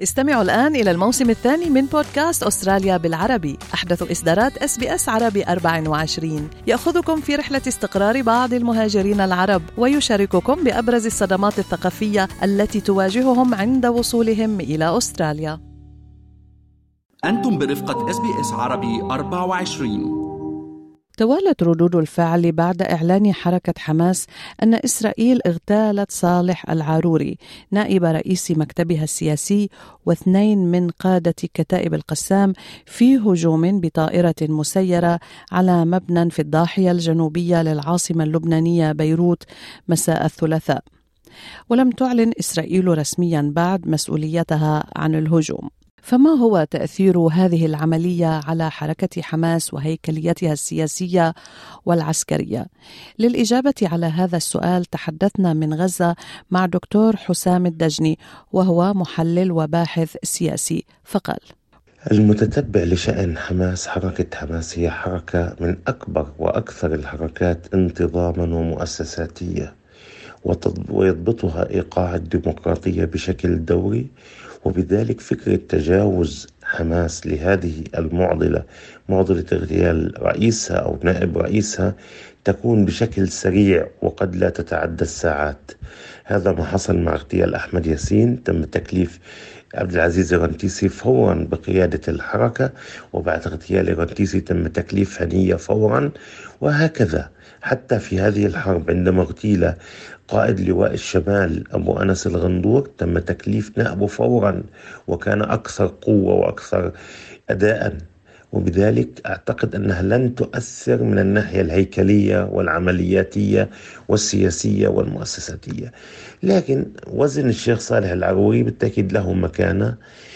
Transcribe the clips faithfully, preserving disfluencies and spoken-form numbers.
استمعوا الآن إلى الموسم الثاني من بودكاست أستراليا بالعربي، أحدث إصدارات إس بي إس عربي أربعة وعشرين، يأخذكم في رحلة استقرار بعض المهاجرين العرب ويشارككم بأبرز الصدمات الثقافية التي تواجههم عند وصولهم إلى أستراليا. أنتم برفقة إس بي إس عربي أربعة وعشرين. توالت ردود الفعل بعد إعلان حركة حماس أن إسرائيل اغتالت صالح العاروري نائب رئيس مكتبها السياسي واثنين من قادة كتائب القسام في هجوم بطائرة مسيرة على مبنى في الضاحية الجنوبية للعاصمة اللبنانية بيروت مساء الثلاثاء. ولم تعلن إسرائيل رسميا بعد مسؤوليتها عن الهجوم. فما هو تأثير هذه العملية على حركة حماس وهيكليتها السياسية والعسكرية؟ للإجابة على هذا السؤال تحدثنا من غزة مع دكتور حسام الدجني، وهو محلل وباحث سياسي، فقال: المتتبع لشأن حماس، حركة حماس هي حركة من أكبر وأكثر الحركات انتظاما ومؤسساتية، ويضبطها إيقاع الديمقراطية بشكل دوري. وبذلك فكرة تجاوز حماس لهذه المعضلة، معضلة اغتيال رئيسها أو نائب رئيسها، تكون بشكل سريع وقد لا تتعدى الساعات. هذا ما حصل مع اغتيال أحمد ياسين. تم تكليف عبد العزيز الرنتيسي فورا بقيادة الحركة، وبعد اغتيال الرنتيسي تم تكليف هنية فورا، وهكذا حتى في هذه الحرب عندما اغتيل قائد لواء الشمال أبو أنس الغندور تم تكليف نائبه فورا، وكان أكثر قوة وأكثر أداء. وبذلك أعتقد أنها لن تؤثر من الناحية الهيكلية والعملياتية والسياسية والمؤسساتية. لكن وزن الشيخ صالح العاروري بالتأكيد له مكانة،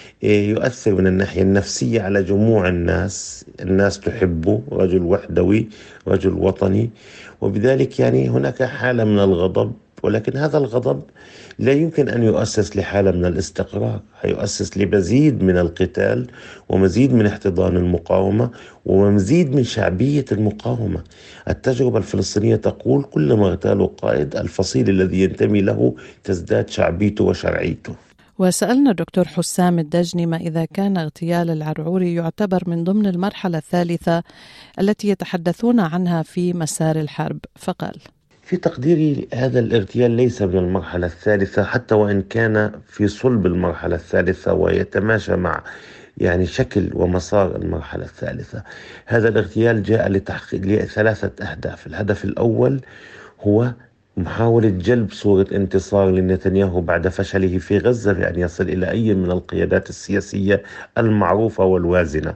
يؤثر من الناحية النفسية على جموع الناس. الناس تحبه، رجل وحدوي، رجل وطني، وبذلك يعني هناك حالة من الغضب. ولكن هذا الغضب لا يمكن أن يؤسس لحالة من الاستقرار، هيؤسس لمزيد من القتال ومزيد من احتضان المقاومة ومزيد من شعبية المقاومة. التجربة الفلسطينية تقول كلما اغتالوا قائد، الفصيل الذي ينتمي له تزداد شعبيته وشرعيته. وسألنا الدكتور حسام الدجني ما إذا كان اغتيال العاروري يعتبر من ضمن المرحلة الثالثة التي يتحدثون عنها في مسار الحرب، فقال: في تقديري هذا الاغتيال ليس من المرحلة الثالثة، حتى وإن كان في صلب المرحلة الثالثة ويتماشى مع يعني شكل ومسار المرحلة الثالثة. هذا الاغتيال جاء لتحقيق لثلاثة أهداف. الهدف الأول هو محاولة جلب صورة انتصار لنتنياهو بعد فشله في غزة بأن يصل إلى أي من القيادات السياسية المعروفة والوازنة.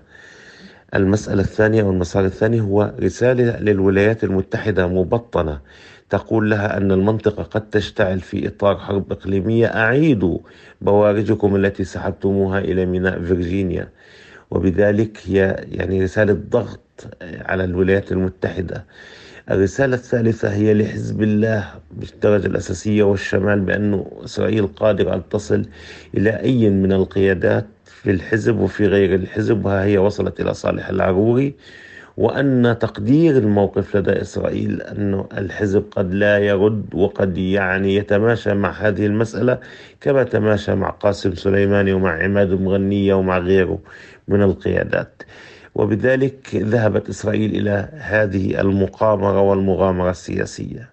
المسألة الثانية أو المسار الثاني هو رسالة للولايات المتحدة مبطنة تقول لها أن المنطقة قد تشتعل في إطار حرب إقليمية، أعيدوا بوارجكم التي سحبتموها إلى ميناء فيرجينيا. وبذلك هي يعني رسالة ضغط على الولايات المتحدة. الرسالة الثالثة هي لحزب الله بالدرجة الأساسية والشمال بأن إسرائيل قادرة أن تصل إلى أي من القيادات في الحزب وفي غير الحزب، وها هي وصلت إلى صالح العاروري، وأن تقدير الموقف لدى إسرائيل أن الحزب قد لا يرد وقد يعني يتماشى مع هذه المسألة كما تماشى مع قاسم سليماني ومع عماد مغنية ومع غيره من القيادات. وبذلك ذهبت إسرائيل إلى هذه المقامرة والمغامرة السياسية.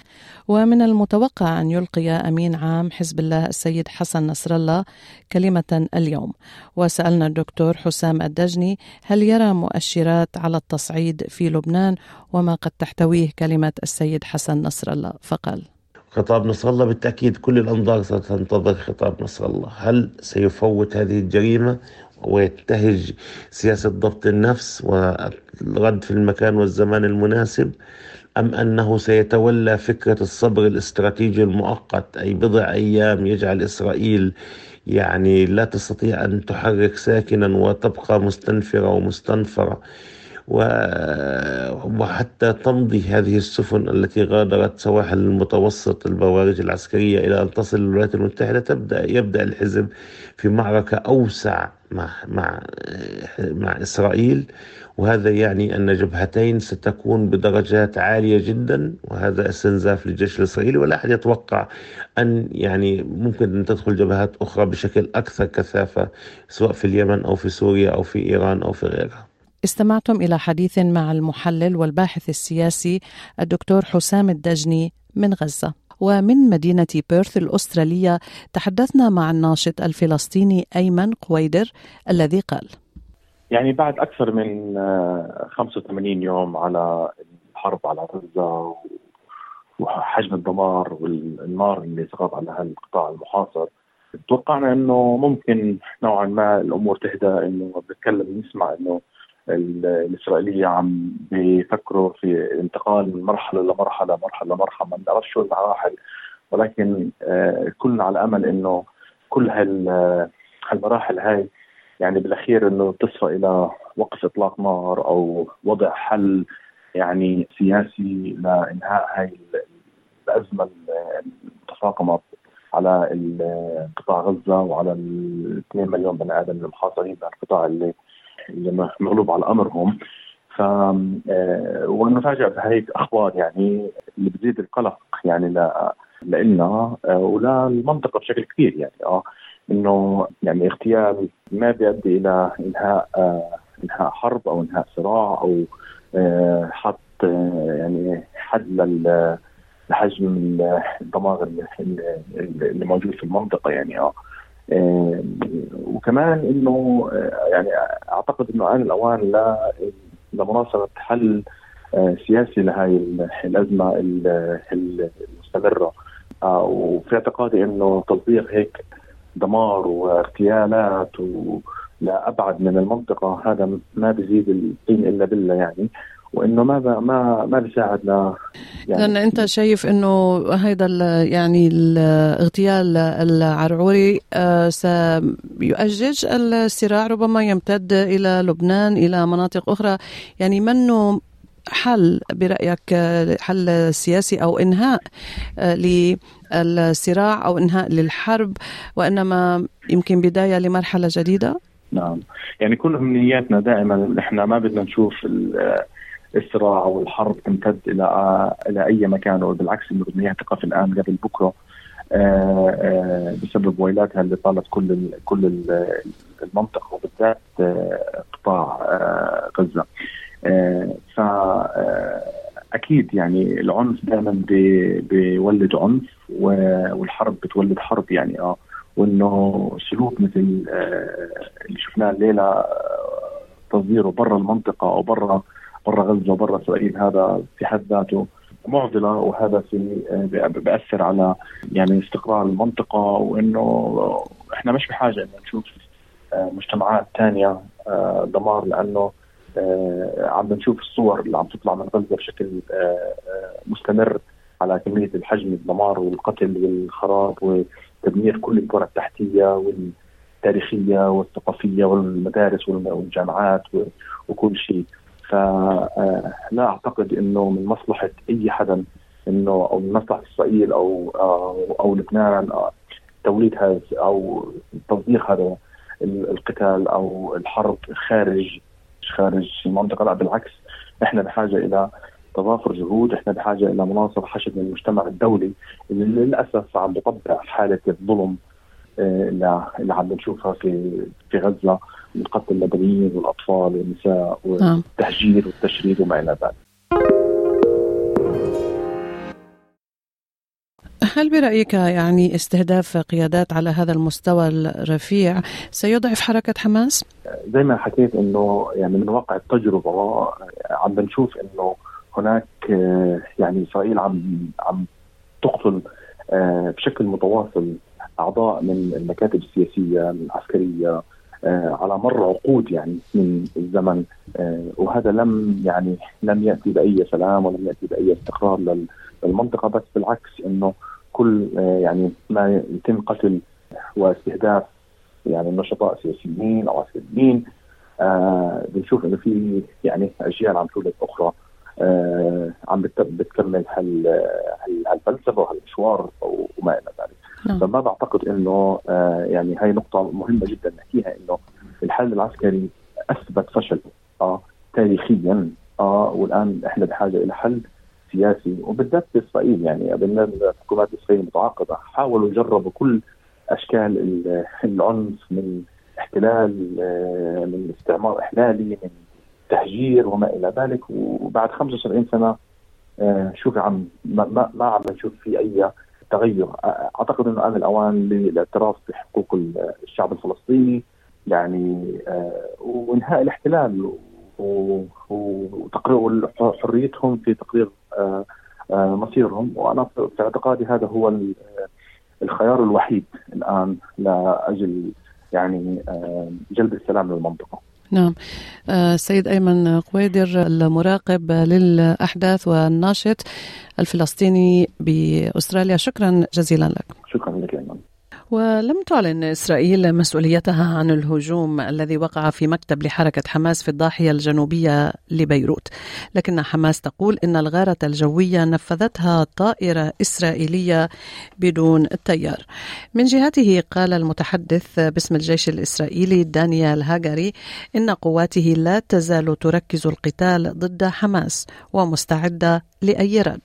ومن المتوقع أن يلقي أمين عام حزب الله السيد حسن نصر الله كلمة اليوم. وسألنا الدكتور حسام الدجني هل يرى مؤشرات على التصعيد في لبنان وما قد تحتويه كلمة السيد حسن نصر الله، فقال: خطاب نصر الله بالتأكيد كل الأنظار ستنتظر خطاب نصر الله. هل سيفوت هذه الجريمة ويتهج سياسة ضبط النفس والرد في المكان والزمان المناسب، أم أنه سيتولى فكرة الصبر الاستراتيجي المؤقت، أي بضع أيام يجعل إسرائيل يعني لا تستطيع أن تحرك ساكنا وتبقى مستنفرة ومستنفرة، وحتى تمضي هذه السفن التي غادرت سواحل المتوسط البوارج العسكرية إلى أن تصل للولايات المتحدة. تبدأ يبدأ الحزب في معركة أوسع مع مع مع إسرائيل، وهذا يعني أن جبهتين ستكون بدرجات عالية جدا، وهذا استنزاف للجيش الإسرائيلي. ولا أحد يتوقع أن يعني ممكن أن تدخل جبهات أخرى بشكل أكثر كثافة، سواء في اليمن أو في سوريا أو في إيران أو في غيرها. استمعتم إلى حديث مع المحلل والباحث السياسي الدكتور حسام الدجني من غزة. ومن مدينة بيرث الأسترالية تحدثنا مع الناشط الفلسطيني أيمن قويدر الذي قال: يعني بعد أكثر من خمسة وثمانين يوم على الحرب على غزة وحجم الدمار والنار اللي سقط على هالقطاع المحاصر، توقعنا أنه ممكن نوعا ما الأمور تهدى، أنه بنتكلم نسمع أنه الإسرائيلية عم بيفكروا في الانتقال من مرحلة لمرحلة مرحلة لمرحلة ما نعرف شو المراحل، ولكن آه كلنا على أمل إنه كل هالمراحل هاي يعني بالأخير إنه تصفى إلى وقف إطلاق نار أو وضع حل يعني سياسي لإنهاء هاي الأزمة المتفاقمة على قطاع غزة وعلى الاثنين مليون بني آدم المحاصرين بالقطاع اللي اللي مغلوب على أمرهم. ف ونفاجأ بهيك أخبار يعني اللي بتزيد القلق يعني ل لنا وللمنطقة بشكل كبير، يعني اه إنه يعني اغتيال ما بيؤدي إلى إنهاء آه إنهاء حرب أو إنهاء صراع أو آه حط آه يعني حد لل لحجم الدمار اللي, اللي موجود في المنطقة يعني اه آه وكمان انه آه يعني اعتقد انه آن الاوان لمناصرة حل آه سياسي لهذه الازمة المستمرة، آه وفي اعتقادي انه تصدير هيك دمار واغتيالات لأبعد من المنطقة هذا ما بيزيد الطين الا بالله يعني، وانه ما ما ما بيساعدنا يعني. لأن أنت شايف إنه هذا يعني الاغتيال العرعوري سيؤجج الصراع، ربما يمتد إلى لبنان إلى مناطق أخرى، يعني منه حل برأيك حل سياسي أو إنهاء للصراع أو إنهاء للحرب، وإنما يمكن بداية لمرحلة جديدة؟ نعم، يعني كل أمنياتنا دائما إحنا ما بدنا نشوف الصراع والحرب تمتد إلى إلى أي مكان، وبالعكس إنه بدنا تقف الآن قبل بكرة بسبب ويلاتها اللي طالت كل كل المنطقة وبالذات قطاع غزة. فأكيد يعني العنف دائما بيولد عنف والحرب بتولد حرب يعني اه وإنه سلوك مثل اللي شفناه الليلة تصديره برا المنطقة أو برا برا غزة وبرا إسرائيل هذا في حد ذاته معضلة، وهذا في بيأثر على يعني استقرار المنطقة، وإنه إحنا مش بحاجة إنه نشوف مجتمعات تانية دمار، لأنه عم نشوف الصور اللي عم تطلع من غزة بشكل مستمر على كمية الحجم الدمار والقتل والخراب وتدمير كل القرى التحتية والتاريخية والثقافية والمدارس والجامعات وكل شيء. فلا أعتقد إنه من مصلحة أي حدا إنه أو من مصلحة إسرائيل أو أو, أو لبنان توليد هذا أو تصدير هذا القتال أو الحرب خارج خارج المنطقة. لا بالعكس، إحنا بحاجة إلى تضافر جهود، إحنا بحاجة إلى مناصرة حشد من المجتمع الدولي اللي للأسف عم بيطبع حالة الظلم اللي اللي عم نشوفها في في غزة من قتل المدنيين والأطفال والنساء والتهجير والتشريد وما إلى ذلك. هل برأيك يعني استهداف قيادات على هذا المستوى الرفيع سيضعف حركة حماس؟ زي ما حكيت إنه يعني من واقع التجربة عم بنشوف إنه هناك يعني إسرائيل عم عم تقتل بشكل متواصل أعضاء من المكاتب السياسية العسكرية على مر عقود يعني من الزمن، وهذا لم يعني لم يأتي بأي سلام ولم يأتي بأي استقرار للمنطقة، بس بالعكس إنه كل يعني ما يتم قتل واستهداف يعني نشطاء سياسيين أو عسكريين بنشوف إنه في يعني أجيال عم تولد أخرى عم بتكمل هالفلسفة وهالمشوار وما إلى ذلك. فما بعتقد إنه يعني هاي نقطة مهمة جدا نحكيها، إنه الحل العسكري أثبت فشل آه تاريخيا آه والآن إحنا بحاجة إلى حل سياسي، وبالذات بإسرائيل. يعني الحكومات الإسرائيلية المتعاقبة حاولوا يجربوا كل أشكال العنف، من احتلال، من استعمار إحلالي، من تهجير وما إلى ذلك. وبعد خمسة وسبعين سنة شوف عم ما ما عم نشوف في أي تغير. أعتقد إنه آن الأوان للاعتراف بحقوق الشعب الفلسطيني، يعني وإنهاء الاحتلال وتقرير حريتهم في تقرير مصيرهم. وأنا في اعتقادي هذا هو الخيار الوحيد الآن لأجل يعني جلب السلام للمنطقة. نعم. السيد أيمن قويدر المراقب للأحداث والناشط الفلسطيني بأستراليا، شكرا جزيلا لك. شكرا لك أيمن. ولم تعلن إسرائيل مسؤوليتها عن الهجوم الذي وقع في مكتب لحركة حماس في الضاحية الجنوبية لبيروت، لكن حماس تقول إن الغارة الجوية نفذتها طائرة إسرائيلية بدون طيار. من جهته قال المتحدث باسم الجيش الإسرائيلي دانيال هاجاري إن قواته لا تزال تركز القتال ضد حماس ومستعدة لأي رد.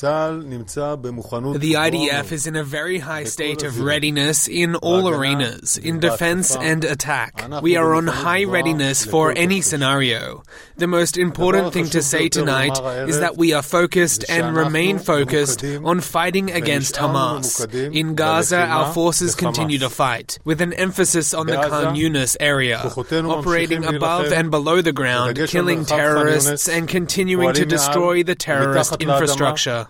The I D F is in a very high state of readiness in all arenas, in defense and attack. We are on high readiness for any scenario. The most important thing to say tonight is that we are focused and remain focused on fighting against Hamas. In Gaza, our forces continue to fight, with an emphasis on the Khan Yunis area, operating above and below the ground, killing terrorists and continuing to destroy the terrorist infrastructure.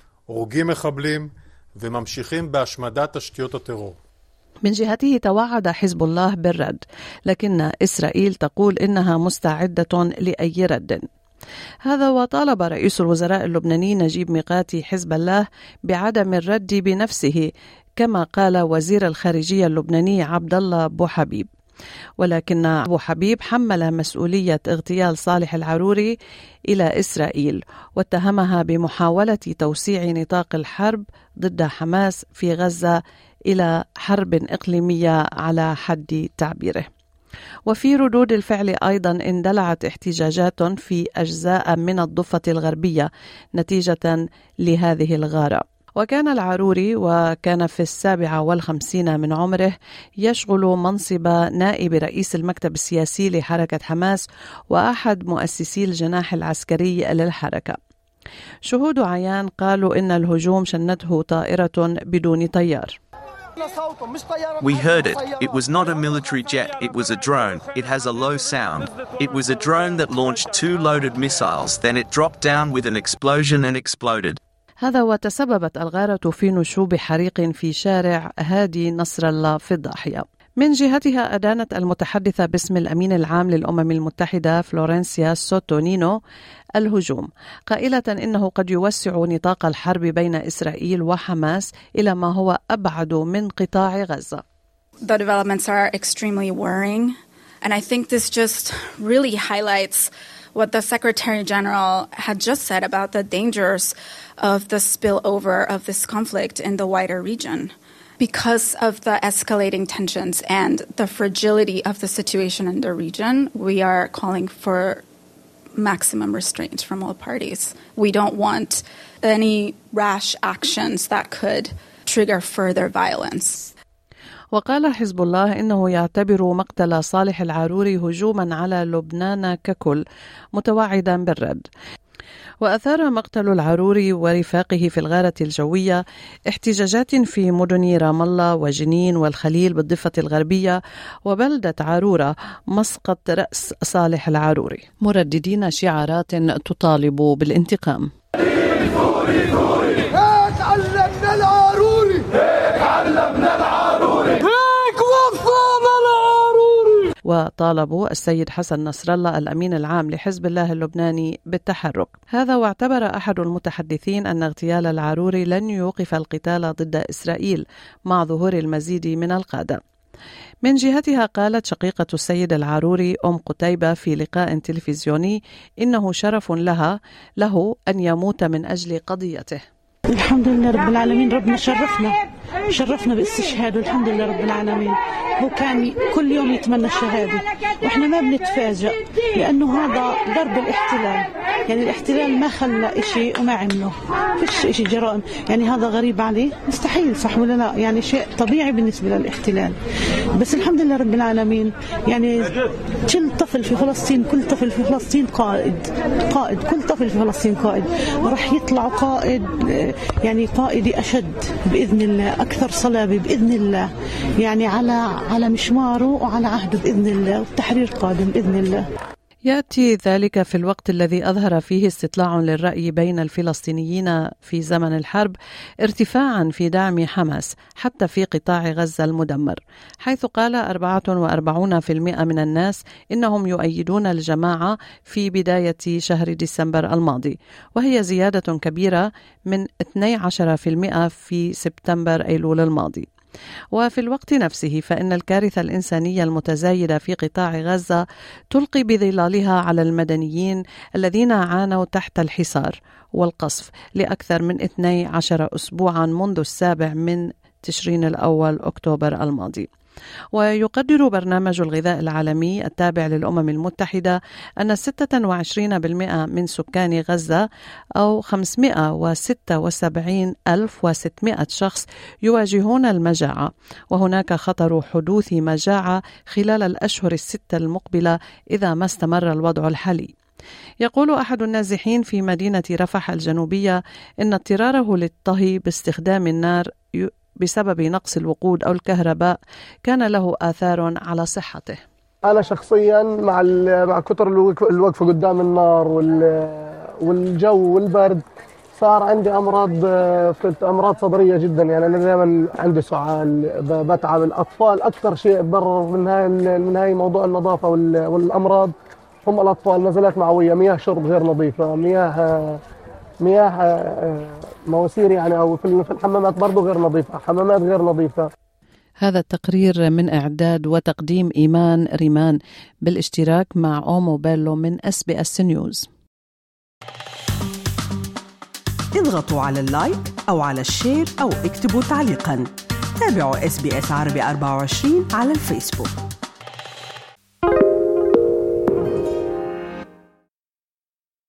من جهته توعد حزب الله بالرد، لكن إسرائيل تقول إنها مستعدة لأي رد. هذا وطالب رئيس الوزراء اللبناني نجيب ميقاتي حزب الله بعدم الرد بنفسه، كما قال وزير الخارجية اللبناني عبد الله أبو حبيب. ولكن أبو حبيب حمل مسؤولية اغتيال صالح العروري إلى إسرائيل واتهمها بمحاولة توسيع نطاق الحرب ضد حماس في غزة إلى حرب إقليمية على حد تعبيره. وفي ردود الفعل أيضا اندلعت احتجاجات في أجزاء من الضفة الغربية نتيجة لهذه الغارة. وكان العروري وكان في السابعة والخمسين من عمره يشغل منصب نائب رئيس المكتب السياسي لحركة حماس وأحد مؤسسي الجناح العسكري للحركة. شهود عيان قالوا إن الهجوم شنته طائرة بدون طيار. We heard it. It was not a military jet. It was a drone. It has a low sound. It was a drone that launched two loaded missiles. Then it dropped down with an explosion and exploded. هذا وتسببت الغارة في نشوب حريق في شارع هادي نصر الله في الضاحية. من جهتها أدانت المتحدثة باسم الأمين العام للأمم المتحدة فلورنسيا سوتونينو الهجوم، قائلة إنه قد يوسع نطاق الحرب بين إسرائيل وحماس إلى ما هو أبعد من قطاع غزة. The developments are extremely worrying, and I think this just really highlights what the Secretary General had just said about the dangers of the spillover of this conflict in the wider region. Because of the escalating tensions and the fragility of the situation in the region, we are calling for maximum restraint from all parties. We don't want any rash actions that could trigger further violence. وقال حزب الله إنه يعتبر مقتل صالح العروري هجوما على لبنان ككل، متوعدا بالرد. وأثار مقتل العروري ورفاقه في الغارة الجوية احتجاجات في مدن رام الله وجنين والخليل بالضفة الغربية وبلدة عرورة مسقط رأس صالح العروري، مرددين شعارات تطالب بالانتقام. تعلمنا العروري، تعلمنا العروري، هيك وصلنا العروري. وطالبوا السيد حسن نصر الله الأمين العام لحزب الله اللبناني بالتحرك. هذا واعتبر أحد المتحدثين أن اغتيال العروري لن يوقف القتال ضد إسرائيل مع ظهور المزيد من القادة. من جهتها قالت شقيقة السيد العروري أم قتيبة في لقاء تلفزيوني إنه شرف لها له أن يموت من أجل قضيته. الحمد لله رب العالمين، ربنا شرفنا شرفنا باستشهاد والحمد لله رب العالمين. هو كان كل يوم يتمنى الشهادة وإحنا ما بنتفاجأ لأنه هذا ضرب الاحتلال، يعني الاحتلال ما خلى إشي وما عمله، فيش إشي جرائم، يعني هذا غريب عليه؟ مستحيل، صح ولا لا؟ يعني شيء طبيعي بالنسبة للاحتلال. بس الحمد لله رب العالمين، يعني كل طفل في فلسطين، كل طفل في فلسطين قائد قائد كل طفل في فلسطين قائد، راح يطلع قائد، يعني قائد أشد بإذن الله، أكثر صلابة بإذن الله، يعني على على مشواره وعلى عهده بإذن الله، والتحرير قادم بإذن الله. يأتي ذلك في الوقت الذي أظهر فيه استطلاع للرأي بين الفلسطينيين في زمن الحرب ارتفاعا في دعم حماس حتى في قطاع غزة المدمر، حيث قال أربعة وأربعين بالمئة من الناس إنهم يؤيدون الجماعة في بداية شهر ديسمبر الماضي، وهي زيادة كبيرة من اثني عشر بالمئة في سبتمبر أيلول الماضي. وفي الوقت نفسه فإن الكارثة الإنسانية المتزايدة في قطاع غزة تلقي بظلالها على المدنيين الذين عانوا تحت الحصار والقصف لأكثر من اثني عشر أسبوعا منذ السابع من تشرين الأول أكتوبر الماضي. ويقدر برنامج الغذاء العالمي التابع للأمم المتحدة أن ستة وعشرين بالمئة من سكان غزة أو خمسمئة وستة وسبعين ألف وستمئة شخص يواجهون المجاعة، وهناك خطر حدوث مجاعة خلال الأشهر الستة المقبلة إذا ما استمر الوضع الحالي. يقول أحد النازحين في مدينة رفح الجنوبية إن اضطراره للطهي باستخدام النار بسبب نقص الوقود أو الكهرباء كان له آثار على صحته. أنا شخصيا مع مع كتر الوقفة قدام النار والجو والبرد صار عندي أمراض أمراض صدرية جدا، يعني أنا دائما عندي سعال، بتعب. الأطفال أكثر شيء تضرر من هاي من هاي موضوع النظافة والأمراض هم الأطفال. نزلات معوية، مياه شرب غير نظيفة، مياه مياه مواسير يعني أو في الحمامات برضو غير نظيفة، حمامات غير نظيفة. هذا التقرير من إعداد وتقديم إيمان ريمان بالاشتراك مع أومو بيلو من إس بي إس نيوز. اضغطوا على اللايك أو على الشير أو اكتبوا تعليقا. تابعوا إس بي إس عربي أربعة وعشرين على الفيسبوك.